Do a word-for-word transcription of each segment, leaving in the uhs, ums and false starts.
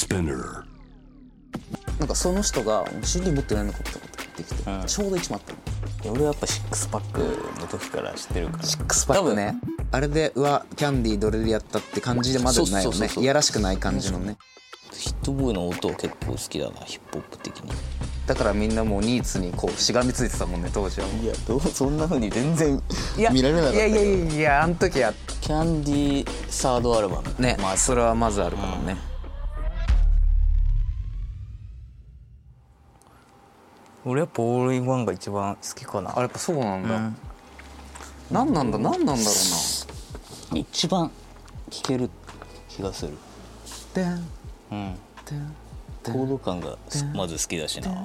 Spinner なんかその人が シーディー 持ってないのかって思ってきて、うん、ちょうどいちまんあったの。 いや俺はやっぱシックスパックの時から知ってるから。 シックスパックね、あれでうわキャンディーどれでやったって感じでまだないよね。いやらしくない感じのね。 ヒットボーイの音は結構好きだな、ヒップホップ的に。 だからみんなもうニーツにこうしがみついてたもんね当時は。 いやどうそんな風に全然見られなかった。 いやいやいやいや、あの時はキャンディーサードアルバムね、まあそれはまずあるからね、 うん、俺やっぱオールインワンが一番好きかな。 あ、やっぱそうなんだ、うん、何なんだ何なんだろうな。 一番聴ける気がする。 でん、 うん、コード感がまず好きだしな。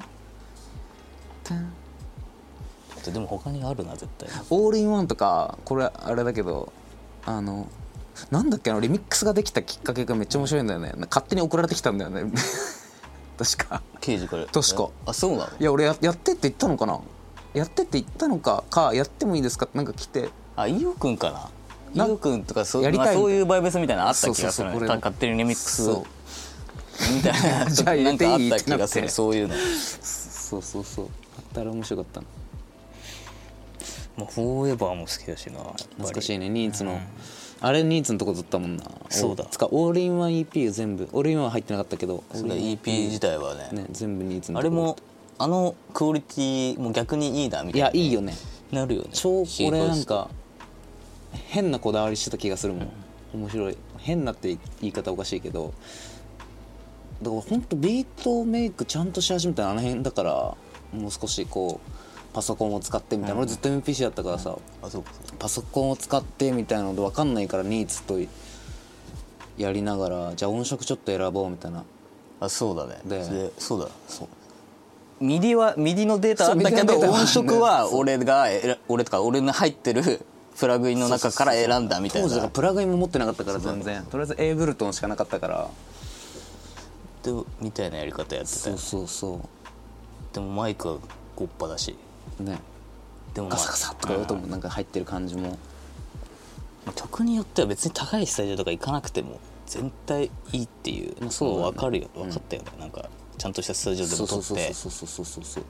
でも他にあるな絶対。 オールインワンとかこれあれだけど、あのなんだっけ、あのリミックスができたきっかけがめっちゃ面白いんだよね。勝手に送られてきたんだよね確か刑事から確か。 あ、そうなの。 いや俺 や, やってって言ったのかな、やってって言ったのかか、やってもいいですかってなんか来て、 あ、イオくんかな、イオくんとかそう、 やりたい、 まあ、そういうバイブスみたいなのあった気がする。 そうそうそう、 勝手にリミックスみたいなじゃあなんかあった気がする。そういうのそうそうそう、あったら面白かったの。 まあ、フォーエバーも好きだしな。 懐かしいね、ニーツの、うん、あれニーツのとこずったもんな。 そうだ、 つかオールインワン イーピー 全部、オールインワンは入ってなかったけど、 それ イーピー 自体は ね, ね全部ニーツのとこ。あれもあのクオリティも逆にいいなみたいな、ね、 いやいいよね、なるよね。超俺なんか変なこだわりしてた気がするもん、うん、面白い。変なって言い方おかしいけど、だからほんとビートメイクちゃんとし始めたのあの辺だから、もう少しこうパソコンを使ってみたいな、うん、俺ずっと エムピーシー だったからさ、 うん、あそうかパソコンを使ってみたいなので分かんないからニーツとやりながら、じゃあ音色ちょっと選ぼうみたいな。 あ、そうだね。 ででそうだそうミディはミディのデータあったけど、音色は俺が俺とか俺の入ってるプラグインの中から選んだみたいな。 当時はプラグインも持ってなかったから全然、とりあえず エーブルトンしかなかったからでみたいなやり方やってたよ。 そうそうそう。 でもマイクはゴッパだしね、 でも、まあ、 ガサガサとか音もなんか入ってる感じも、 まあ、曲によっては別に高いスタジオとか行かなくても全体いいっていうの分かるよ、分かったよね、うん、なんかちゃんとしたスタジオでも撮って。 そうそうそうそうそうそう。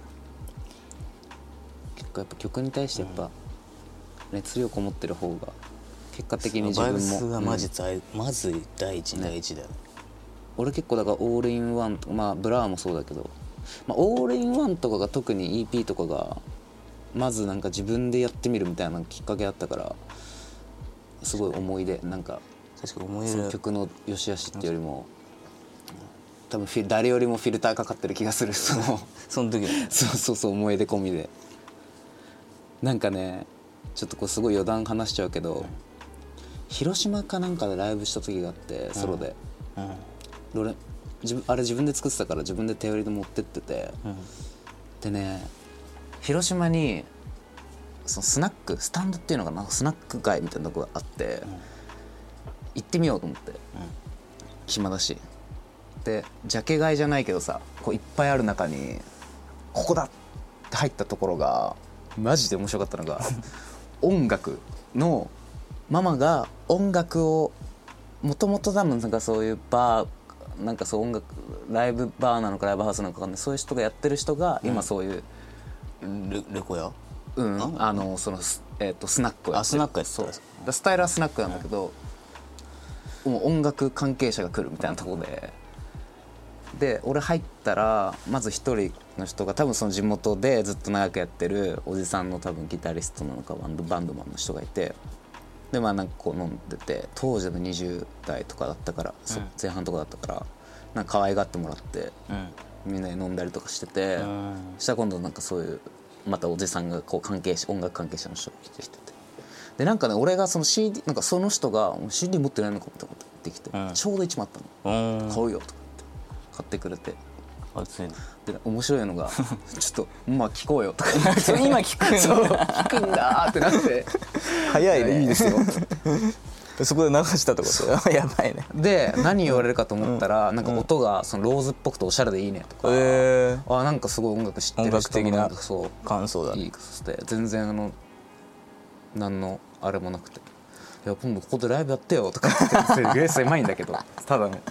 結構やっぱ曲に対してやっぱ熱量こもってる方が結果的に自分もバイブスがマジ、うん、まず第一、ね、第一だよね。 俺結構だからオールインワンとか、まあブラーもそうだけど、まあ、オールインワンとかが特に イーピー とかがまずなんか自分でやってみるみたいなきっかけあったから、すごい思い出、なんか確か思い出、 その曲の良し悪しっていうよりも多分フィ誰よりもフィルターかかってる気がするそのその時そうそうそう、思い出込みで。なんかね、ちょっとこうすごい余談話しちゃうけど、うん、広島かなんかでライブした時があってソロで、うんうん、俺自分あれ自分で作ってたから自分で手売りで持ってってて、うん、でね、広島にそのスナックスタンドっていうのかな、スナック街みたいなとこがあって、うん、行ってみようと思って、うん、暇だしでジャケ買いじゃないけどさ、こういっぱいある中にここだって入ったところがマジで面白かったのが音楽のママが音楽をもともと多分なんかそういうバーなんかそう音楽ライブバーなのかライブハウスなのか分かんない、そういう人がやってる人が今そういう、 うん、レ, レコヤうんあのその、えー、とスナックをやってる。 あスナックやってそうだスタイルはスナックなんだけど、うん、もう音楽関係者が来るみたいなところで、で俺入ったらまず一人の人が多分その地元でずっと長くやってるおじさんの多分ギタリストなのかバンドバンドマンの人がいて、でまあなんかこう飲んでて、当時のにじゅう代とかだったから、うん、前半とかだったからなんか可愛がってもらって、うん、みんなで飲んだりとかしてて、うん、そしたら今度なんかそういうまたおじさんがこう関係者音楽関係者の人が来てきてて、でなんかね俺がその シーディー なんかその人が シーディー 持ってないのかって思ってきて、うん、ちょうどいちまんあったの、うん、買うよとかって買ってくれて、で面白いのがちょっとまあ聞こうよとか今聞くんだそう聞くんだってなって早いね、 いいですよそこで流したってことやばいね。 で何言われるかと思ったら、うん、なんか音がそのローズっぽくておしゃれでいいねとか、 えー、 あなんかすごい音楽知ってる人のなんかそう感想だね。 いいって全然あの何のあれもなくて、いや今度ここでライブやってよとか言ってすげえ狭いんだけどただね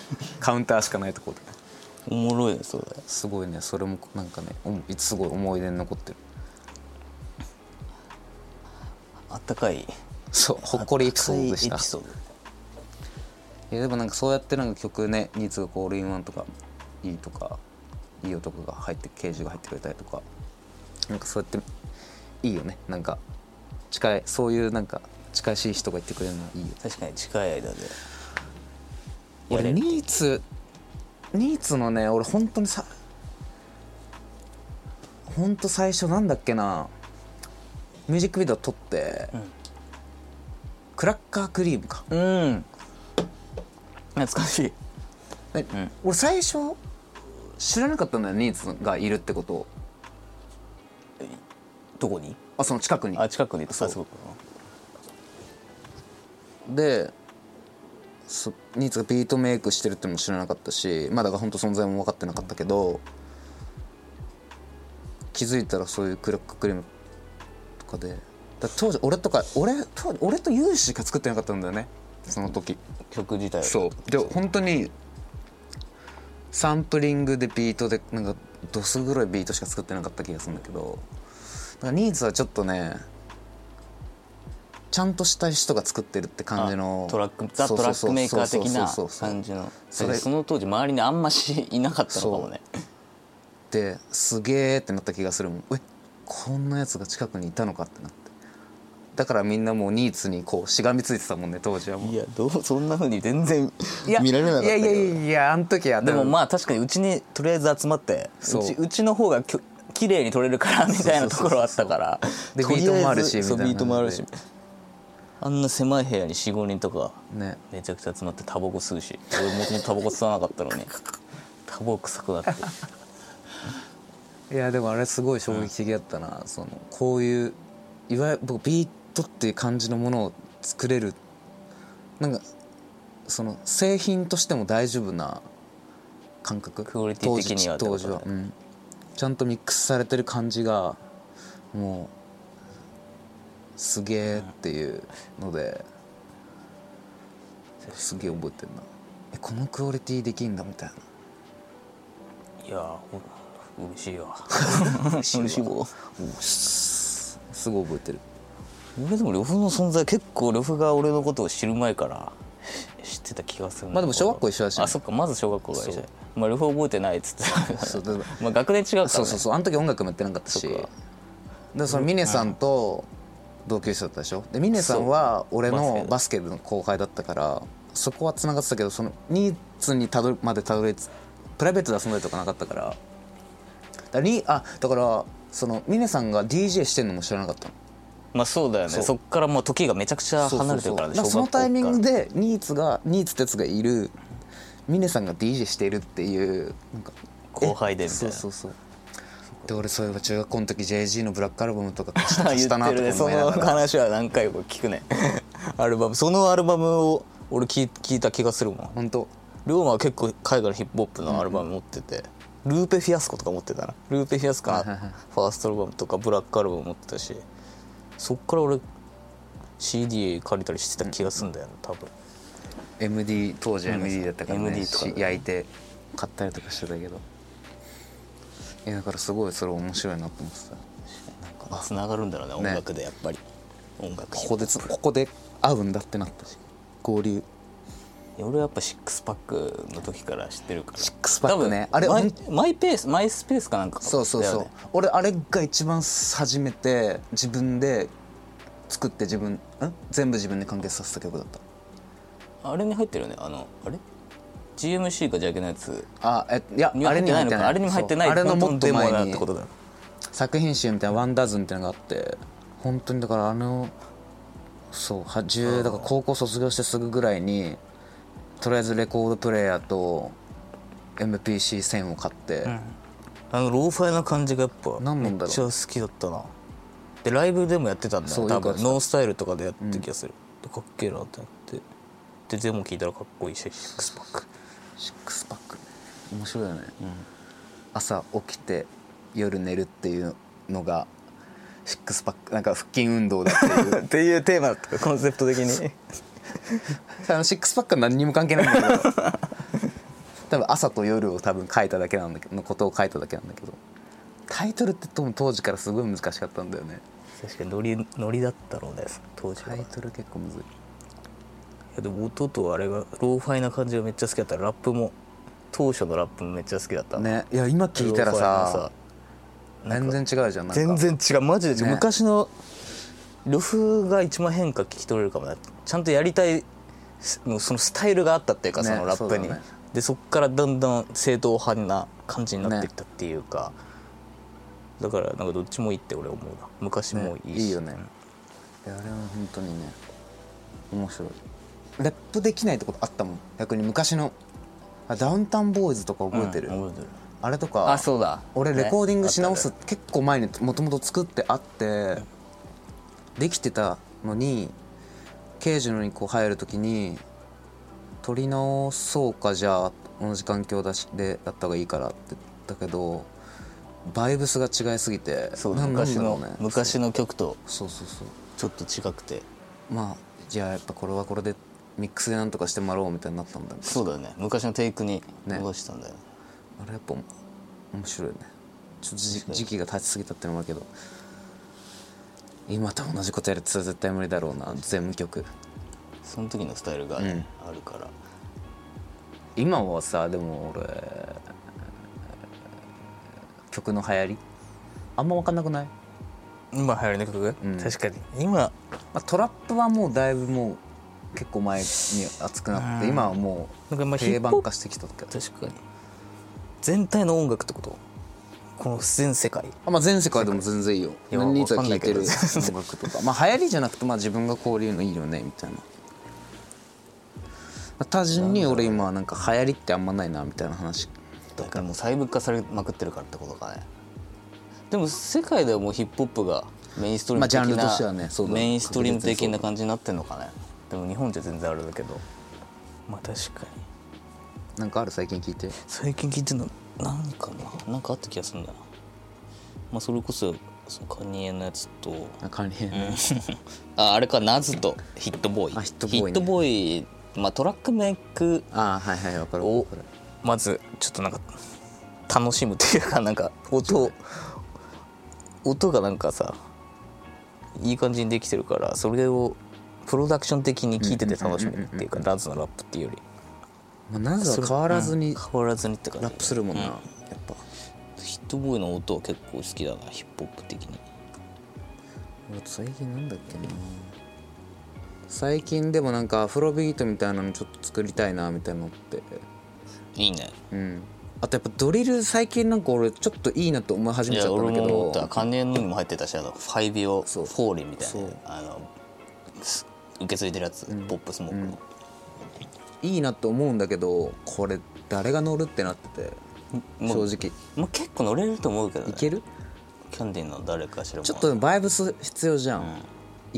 カウンターしかないところでおもろいねそれ。 すごいね。それもなんかねいつすごい思い出に残ってる。 あったかいそうほっこりエピソードでした。 エピソード。 いやでもなんかそうやってなんか曲ねニーツがこうオールインワンとかいいとかいい男が入って刑事が入ってくれたりとかなんかそうやっていいよね。なんか近いそういうなんか近しい人が言ってくれるのはいいよ。 確かに近い間で俺ニーツニーツのね俺本当にさ本当最初なんだっけなミュージックビデオ撮って、うん、クラッカークリームかうん懐かしい、 うん、俺最初知らなかったんだよニーツがいるってことを。 どこに？ あその近くに。 あ近くに。 そうでニーツがビートメイクしてるってのも知らなかったしまあだから本当存在も分かってなかったけど気づいたらそういうクラッカークリームとかでだ当時俺とか俺と俺とユーシしか作ってなかったんだよねその時曲自体は。 そうで本当にサンプリングでビートでなんかどす黒いビートしか作ってなかった気がするんだけどだからニーツはちょっとねちゃんとした人が作ってるって感じのトラックザ・トラックメーカー的な感じのそれその当時周りにあんましいなかったのかもね。 ですげえってなった気がするもん。えこんなやつが近くにいたのかってなってだからみんなもうニーツにこうしがみついてたもんね当時はもう。 いやどうそんな風に全然見られなかったけど。 いやいやいやいやあの時はでもまあ確かにうちにとりあえず集まってうちうちの方がきょ綺麗に撮れるからみたいなところあったからでビートもあるしみたいな。 ビートもあるしあんな狭い部屋に よん,ご 人とかねめちゃくちゃ集まってタバコ吸うし俺もともとタバコ吸わなかったのにタバコ臭くなっていやでもあれすごい衝撃的だったな、うん、そのこういういわゆる僕ビートっていう感じのものを作れるなんかその製品としても大丈夫な感覚クオリティ的には当時は、うん、ちゃんとミックスされてる感じがもうすげえっていうのですげえ覚えてるな。えこのクオリティできんだみたいな。 いや嬉しいわ嬉しいわすごい覚えてる。 俺でも呂布の存在結構呂布が俺のことを知る前から知ってた気がする。 まあでも小学校一緒だし、ね、 あそっかまず小学校が一緒。まあ呂布覚えてないっつってまあ学年違うからね。 そうそうそうあの時音楽もやってなかったしでその峰さんと同級生だったでしょ。で峰さんは俺のバスケの後輩だったからそこはつながってたけどそのニーツにたどりまでたどり着プライベートで遊んだりとかなかったからだからにあだからその峰さんが ディージェー してんのも知らなかったの。 まあそうだよね。 そ, そっからもう時がめちゃくちゃ離れてるからね。 そうそうそうそのタイミングでニーツがニーツってやつがいる峰さんが ディージェー してるっていうなんか後輩でみたいな。 そうそうそうで俺そういえば中学校の時 ジェイジー のブラックアルバムとか貸したなとか思いながらね、その話は何回も聞くねアルバムそのアルバムを俺聞い、聞いた気がするもん。 本当龍馬は結構海外のヒップホップのアルバム持ってて、うん、ルーペ・フィアスコとか持ってたな。ルーペ・フィアスコのファーストアルバムとかブラックアルバム持ってたしそっから俺 シーディー 借りたりしてた気がするんだよね多分。 エムディー 当時 エムディー だったからね、 エムディー とかね焼いて買ったりとかしてたけどいやだからすごいそれ面白いなと思ってた。 なんかつながるんだろうね音楽でやっぱり、ね、音楽ここでここで合うんだってなったし合流。 俺はやっぱシックスパックの時から知ってるからシックスパックねあれマイ、マイペースマイスペースかなんかそうそうそう、ね、俺あれが一番初めて自分で作って自分ん全部自分で完結させた曲だった。 あれに入ってるよねあのあれ ジーエムシー かジャケのやつ。 あえいやあれに入ってないあれにも入ってない。 あれのもっと前にってことだ作品集みたいなワンダズンっていうのがあって本当にだからあのそうはじゅうだから高校卒業してすぐぐらいにとりあえずレコードプレーヤーと エムピーシーせん を買って、うん、 あのローファイな感じがやっぱめっちゃ好きだったな。でライブでもやってたんだよ多分ノースタイルとかでやってる気がする、うん、かっけえなってなってでデモ聞いたらかっこいいしシックスパックシックスパック面白いよね、うん、朝起きて夜寝るっていうのがシックスパックなんか腹筋運動だっていうっていうテーマだったコンセプト的にあのシックスパックは何にも関係ないんだけど多分朝と夜を多分書いただけなんだけどのことを書いただけなんだけど、タイトルって当時からすごい難しかったんだよね。 確かにノリノリだったろうね当時は。 タイトル結構むずい。 いやでも音とあれがローファイな感じがめっちゃ好きだった。ラップも当初のラップもめっちゃ好きだったね。いや今聞いたらさ全然違うじゃん。なんか全然違うマジで違う、 ね、 昔の呂布が一番変化聞き取れるかもね。ちゃんとやりたいもうそのスタイルがあったっていうか、ね、そのラップに、ね、でそっからだんだん正統派な感じになっていったっていうか、ね、だからなんかどっちもいいって俺思うな。昔もいいし、 ね、いいよね。いやあれは本当にね面白い。ラップできないってことあったもん逆に。昔のダウンタウンボーイズとか覚えてる、 うん、覚えてる。 あれとか。 あそうだ俺レコーディングし直す、ね、結構前にもともと作ってあってできてたのに刑事のにこう入る時に撮り直そうかじゃあ同じ環境だしでやった方がいいからって言ったけどバイブスが違いすぎて、 そう昔の、ね、昔の曲とそうそうそうちょっと違くて、 まあじゃあやっぱこれはこれでミックスでなんとかしてもらおうみたいになったんだよね。 そうだよね昔のテイクに戻したんだよね。 あれやっぱ面白いね。ちょっと時期が経ちすぎたってのもあるけど今と同じことやるって絶対無理だろうな全部曲。 その時のスタイルが、ねうん、あるから。 今はさでも俺曲の流行りあんま分かんなくない？ 今流行りの曲、うん、確かに今、まあ、トラップはもうだいぶもう結構前に熱くなって、うん、今はもう定番化してきたけど。 確かに全体の音楽ってこと？この全世界あ、まあ、全世界でも全然いいよ。何人か聴いてる音楽とかまあ流行りじゃなくて、まあ、自分がこういうのいいよねみたいな。単純に俺今なんか流行りってあんまないなみたいな話だからもう細分化されまくってるからってことかね。でも世界ではもうヒップホップがメインストリーム的な、まあ、ジャンルとしてはね、そうだメインストリーム的な感じになってんのかね。でも日本じゃ全然あるんだけど、まあ確かに。 なんかある最近聞いて最近聞いてるのなんかななんかあった気がするんだな。まあそれこそそのカニエのやつとあカニエ、うん、 ああれかナズとヒットボーイ。 あヒットボーイ、ね、 ヒットボーイまあ、トラックメイクあはいはい分かるをまずちょっとなんか楽しむというかなんか音音がなんかさいい感じにできてるからそれをプロダクション的に聴いてて楽しめるっていうかナズのラップっていうより、 まあ、ナズは変わらずに、 うん、変わらずにってかラップするもんな、うん、やっぱヒットボーイの音は結構好きだなヒップホップ的に。 最近なんだっけな最近でもなんかアフロビートみたいなのちょっと作りたいなみたいなのっていいね。 うんあとやっぱドリル最近なんか俺ちょっといいなと思い始めちゃったんだけど。いや俺も思った。 カニエのにも入ってたしあのファイビオフォーリンみたいなあの受け継いでるやつ、うん、ポップスモークの、 うん、いいなと思うんだけどこれ誰が乗るってなってて正直もう結構乗れると思うけどね。 いける？ キャンディーの誰かしらもちょっとバイブス必要じゃん、うん、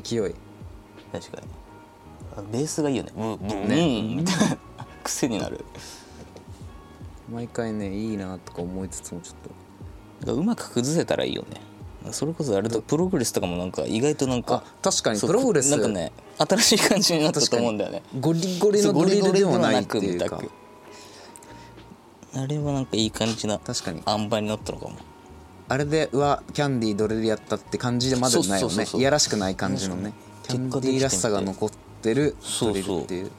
勢い確かにベースがいいよね。ブンブンねみたいな癖になる。 毎回ねいいなとか思いつつもちょっとうまく崩せたらいいよね。それこそあれとプログレスとかもなんか意外となんかあ確かにプログレスなんかね新しい感じになったと思うんだよね。 ゴリゴリのドリルではないっていうかあれはなんかいい感じな確かに塩梅になったのかも。 あれでうわキャンディードリルやったって感じでまだないよね。いやらしくない感じのねキャンディーらしさが残ってるドリルっていう。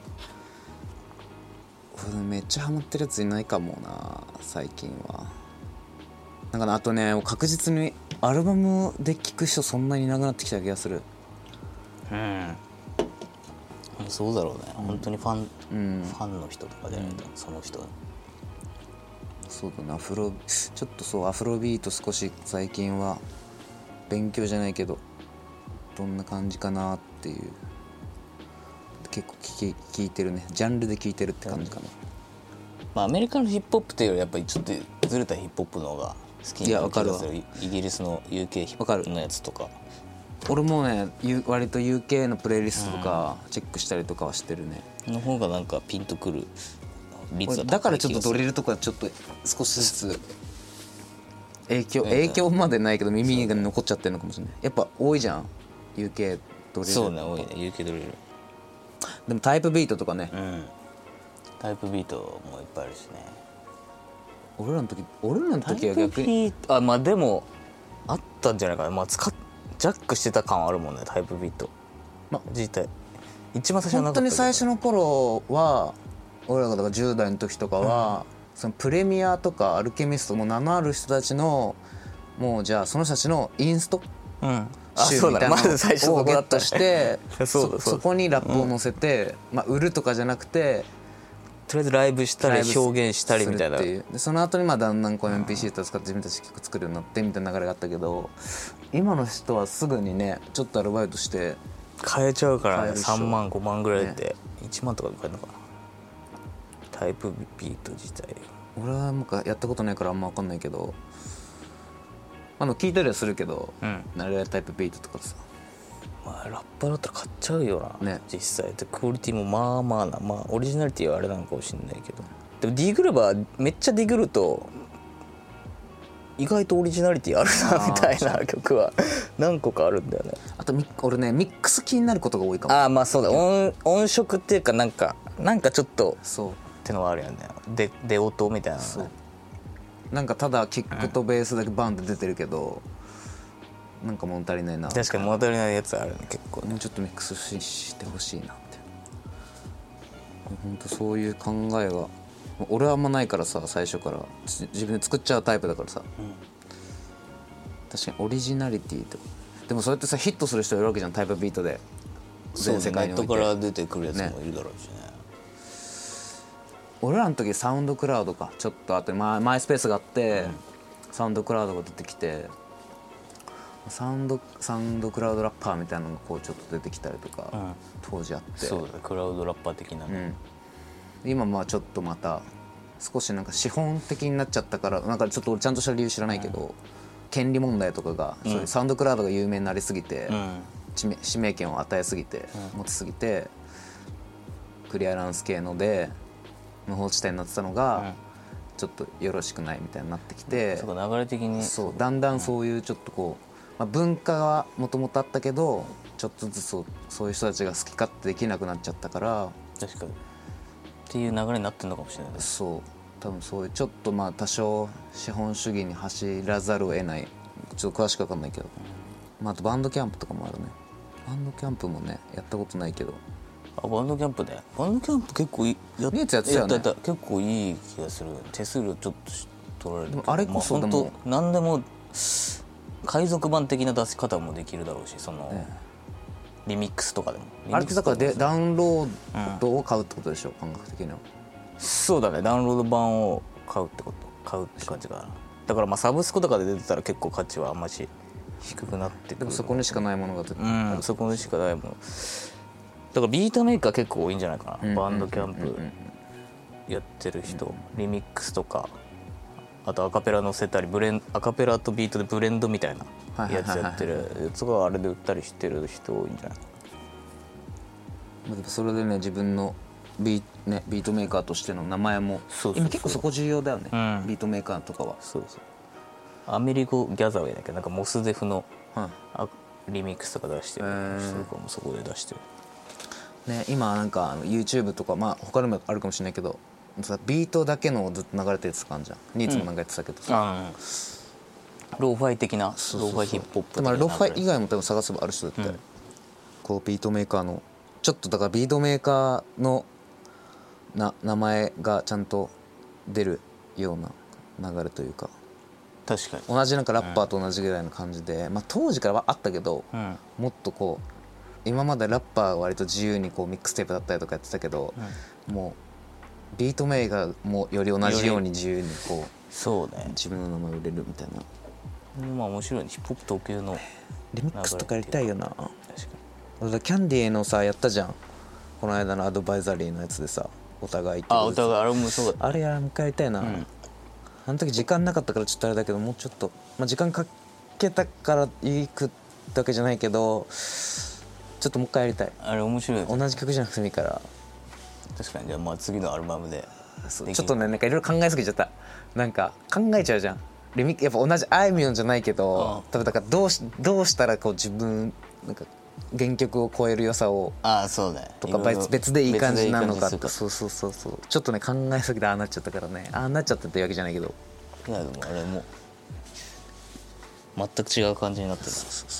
これめっちゃハマってるやついないかもな最近は。なんかあとね確実にアルバムで聴く人そんなにいなくなってきた気がする。 うんそうだろうね、うん、本当にファン、うん、ファンの人とかじゃないと、うん、その人そうだなアフロちょっとそうアフロビート少し最近は勉強じゃないけどどんな感じかなっていう結構聞き聞いてるね。ジャンルで聞いてるって感じかな、 まあ、アメリカのヒップホップっていうよりやっぱりちょっとずれたヒップホップの方が好きになる気がする。イギリスの ユーケー ヒップホップのやつとか俺もね割と ユーケー のプレイリストとかチェックしたりとかはしてるね、 うん、の方がなんかピンとくる率は高い気がする。 だからちょっとドリルとかちょっと少しずつ影響影響までないけど耳が残っちゃってるのかもしれない。やっぱ多いじゃん ユーケー ドリル。 そうね多いね ユーケー ドリル。 でもタイプビートとかね、 うん、 タイプビートもいっぱいあるしね。 俺らの時俺らのタイ時はプ逆にビートあまあでもあったんじゃないかな。まあ使っジャックしてた感あるもんねタイプビート、まあ、自体一番最初はなかったけど、 本当に最初の頃は俺らがだからじゅう代の時とかは、うん、そのプレミアとかアルケミストも名のある人たちのもうじゃあその人たちのインスト、 うん、 集みたいなのをゲットしてそこにラップを載せて、うんまあ、売るとかじゃなくてとりあえずライブしたり表現したりみたいなでその後にまあだんだんこう エムピーシー とか使って自分たち曲作るようになってみたいな流れがあったけど、今の人はすぐにねちょっとアルバイトして買えちゃうからね。さんまんごまんぐらいでいちまんとかで買えるのかな、タイプビート自体。 俺はなんかやったことないからあんま分かんないけど、あの聞いたりはするけど、うん、ナレタイプビートとかさ、 まあ、ラッパーだったら買っちゃうよな、ね、実際でクオリティもまあまあな、まあオリジナリティはあれなのかもしれないけど、でもディグればめっちゃディグると意外とオリジナリティあるなみたいな曲は何個かあるんだよね。 あと俺ねミックス気になることが多いかも。 ああまあそうだ、音音色っていうかなんかなんかちょっとそうってのはあるよね。で出音みたいなの、ね、そうなんかただキックとベースだけバンって出てるけど、うん、なんか物足りないな。 確かに物足りないやつあるね結構ね。 もうちょっとミックスししてほしいなって。本当そういう考えが俺はあんまないからさ、最初から自分で作っちゃうタイプだからさ、うん、確かにオリジナリティとでもそうやってさヒットする人いるわけじゃん、タイプビートで全世界において。 ネットから出てくるやつもいるだろうしね。 俺らの時サウンドクラウドかちょっとあって、まあ、マイスペースがあって、うん、サウンドクラウドが出てきてサウンドサウンドクラウドラッパーみたいなのがこうちょっと出てきたりとか、うん、当時あって。 そうだね、クラウドラッパー的なね、 うん、今まあちょっとまた少しなんか資本的になっちゃったからなんかちょっと俺ちゃんとした理由知らないけど、うん、権利問題とかが、うん、そういうサウンドクラウドが有名になりすぎて、うん、指名権を与えすぎて、うん、持ちすぎてクリアランス系ので無法地帯になってたのが、うん、ちょっとよろしくないみたいになってきて、 そうか流れ的にそうだんだんそういうちょっとこう、まあ、文化はもともとあったけどちょっとずつそう、そういう人たちが好き勝手できなくなっちゃったから。 確かにっていう流れになってるのかもしれないね。 そう多分そういうちょっとまあ多少資本主義に走らざるを得ない、ちょっと詳しく分かんないけど、うん、まあ、あとバンドキャンプとかもあるね。バンドキャンプもねやったことないけど。 あバンドキャンプね。バンドキャンプ結構いやっやってたよね。 結構いい気がする。手数料ちょっと取られるけど、 あれこそでも、 まあ、何でも海賊版的な出し方もできるだろうし、その、ね、リミックスとかでも。 あれってだからでダウンロードを買うってことでしょ、うん、感覚的には。 そうだね、ダウンロード版を買うってこと買うって感じかな。だからまあサブスクとかで出てたら結構価値はあんまし低くなってくる。 でもそこにしかないものが出てくる、 うん、そこにしかないものだからビートメーカー結構多いんじゃないかな、うん、バンドキャンプやってる人、うん、リミックスとかあとアカペラ乗せたりブレンアカペラとビートでブレンドみたいなやつやってるやつがあれで売ったりしてる人多いんじゃないかな。 それでね自分のビ, ね、ビートメーカーとしての名前もそうそうそう今結構そこ重要だよね、うん、ビートメーカーとかは。 そうそうアメリゴ・ギャザウェイだけどなんかモスデフの、はい、リミックスとか出してる人とかもそこで出してる、 ね、今なんか YouTube とか、まあ、他にもあるかもしれないけどビートだけのずっと流れてるやつとかあるじゃん。ニーツもなんかやってたけどさ、 うん、ローファイ的なそうそうそうローファイヒップホップ的な。 でもローファイ以外も多分探せばある人だって、うん、こうビートメーカーのちょっとだからビートメーカーのな名前がちゃんと出るような流れというか。 確かに同じなんかラッパーと同じぐらいの感じで、うんまあ、当時からはあったけど、うん、もっとこう今までラッパーは割と自由にこうミックステープだったりとかやってたけど、うん、もうビートメーカーもより同じように自由にこうそうね自分の名前を売れるみたいな。 まあ面白いねヒップホップ特有のリミックスとかやりたいよな。確かにキャンディーのさやったじゃんこの間のアドバイザリーのやつでさお互いあお互いあれもそうだった、 あれやもう一回やりたいな、うん、あの時時間なかったからちょっとあれだけどもうちょっと、まあ、時間かけたから行くだけじゃないけどちょっともう一回やりたい。 あれ面白い、 同じ曲じゃなくてもいいから。確かにじゃあまあ次のアルバムでちょっとねなんかいろいろ考えすぎちゃった。なんか考えちゃうじゃんリミやっぱ同じあいみょんじゃないけど多分だからどうしどうしたらこう自分なんか原曲を超える良さをああそうねとか別別でいい感じなのか別でいい感じするそうそうそうそうちょっとね考えすぎてああなっちゃったからねああなっちゃったってわけじゃないけどいやでもあれも全く違う感じになってる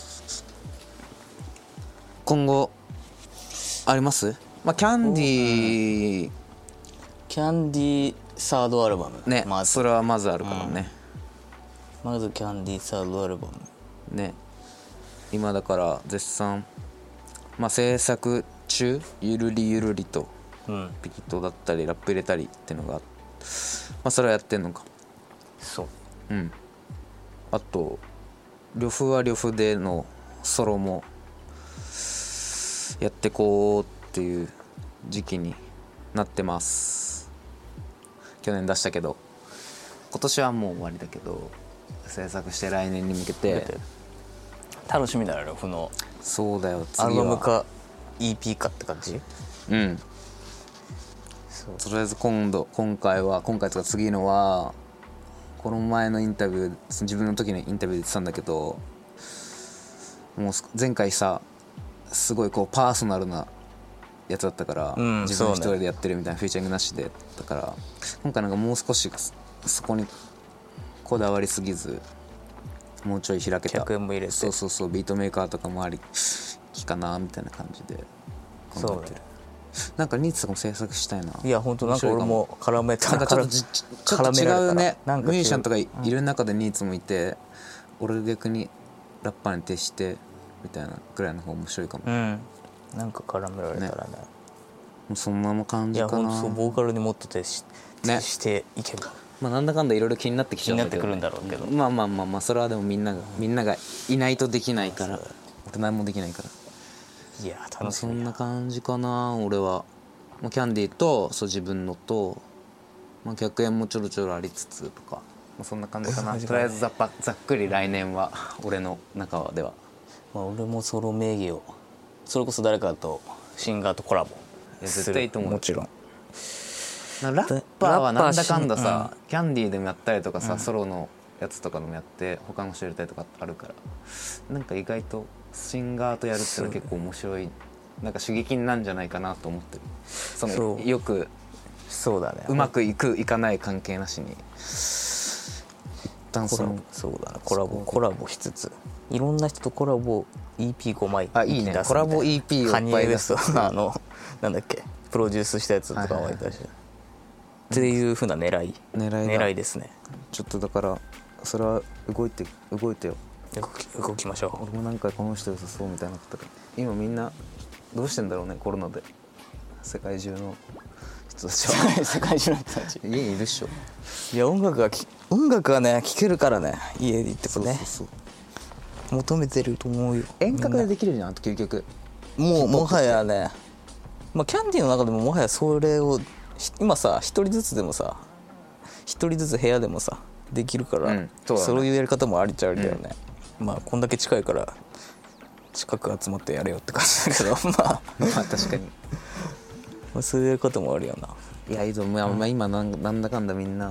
今後あります？まあキャンディーキャンディーサードアルバムね、 まずそれはまずあるからね、 まずキャンディーサードアルバムね今だから絶賛まあ制作中ゆるりゆるりとうんビートだったりラップ入れたりっていうのがまあそれはやってんのかそううんあと呂布は呂布でのソロもやってこうっていう時期になってます去年出したけど今年はもう終わりだけど制作して来年に向けて楽しみだよ呂布のそうだよ次はアルバムか イーピー かって感じうんそうとりあえず今度今回は今回とか次のはこの前のインタビュー自分の時のインタビューで言ってたんだけどもう前回さすごいこうパーソナルなやつだったから、 うん、 自分一人でやってるみたいなフィーチャリングなしでだから今回なんかもう少しそこにこだわりすぎずもうちょい開けたひゃくえんも入れてそうそうそうビートメーカーとかもありきかなみたいな感じで考えてるなんかニーツとかも制作したいないや本当なんか俺も絡めたなんかちょっとちちょっと違うねミュージシャンとかいる中でニーツもいて、うん、俺逆にラッパーに徹してみたいなぐらいの方面白いかも、 うんなんか絡められたらねねそんなの感じかな。 いやほんとそうボーカルにもっと徹し、 ね、 していけばまあなんだかんだいろいろ気になってきちゃうんだけど、ね、 気になってくるんだろうけどまあまあまあまあそれはでもみんながみんながいないとできないから何もできないからいや楽しみそんな感じかな俺は、まあ、キャンディーとそう自分のと、まあ、逆縁もちょろちょろありつつとか、まあ、そんな感じかなとりあえずざっぱざっくり来年は俺の中では、 まあ、俺もソロ名義をそれこそ誰かとシンガーとコラボ絶対いいと思うもちろんラッパーはなんだかんださ、 うん、 キャンディーでもやったりとかさ、 うん、 ソロのやつとかでもやって他の人やりたりとかあるからなんか意外とシンガーとやるってのは結構面白いなんか刺激になるんじゃないかなと思ってるそのそうよくそうだねうまくいくいかない関係なしに一旦そのそうだねコラボコラボしつついろんな人とコラボ イーピーご 枚あいいねコラボ イーピー をカニエ・ウェストあのなんだっけプロデュースしたやつとかもいたし、はいはい、っていう風な狙い狙い狙いですねちょっとだからそれは動いて動いてよ動き、動きましょう俺もなんかこの人良さそうみたいなのあったから今みんなどうしてんだろうねコロナで世界中の人たちは世界中の人たち家にいるっしょいや音楽が音楽がね聴けるからね家に行ってもねそうそうそう求めてると思うよ遠隔でできるじゃんあと究極もうもはやねまあキャンディーの中でももはやそれを今さ一人ずつでもさ一人ずつ部屋でもさできるから、うん そうだね、そういうやり方もありっちゃありだよね、うん、まあこんだけ近いから近く集まってやれよって感じだけどまあまあ確かにまあそういうやり方もあるよないやいいと思う、うん、まあ、今なんなんだかんだみんな、うん、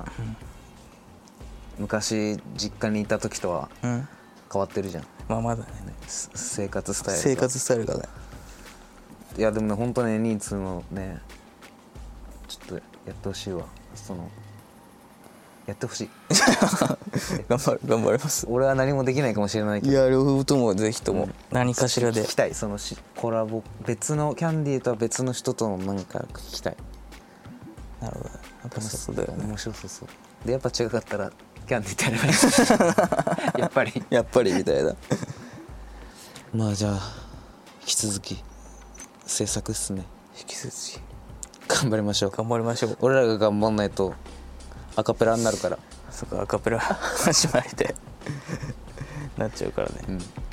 昔実家にいた時とは変わってるじゃん、 まあまだね生活スタイル生活スタイルがねいやでもね本当ねニーツのねちょっとやってほしいわそのやってほしい頑張る頑張ります俺は何もできないかもしれないけどいや両方ともぜひとも何かしらで聞きたいそのしコラボ別のキャンディーとは別の人との何か聞きたいなるほどやっぱそうだよね面白そうそうでやっぱ違かったらキャンディーってやればいいやっぱりやっぱりみたいなまあじゃあ引き続き制作っすね引き続き頑張りましょう頑張りましょう俺らが頑張んないとアカペラになるからそっかアカペラ始まりでなっちゃうからね、 うん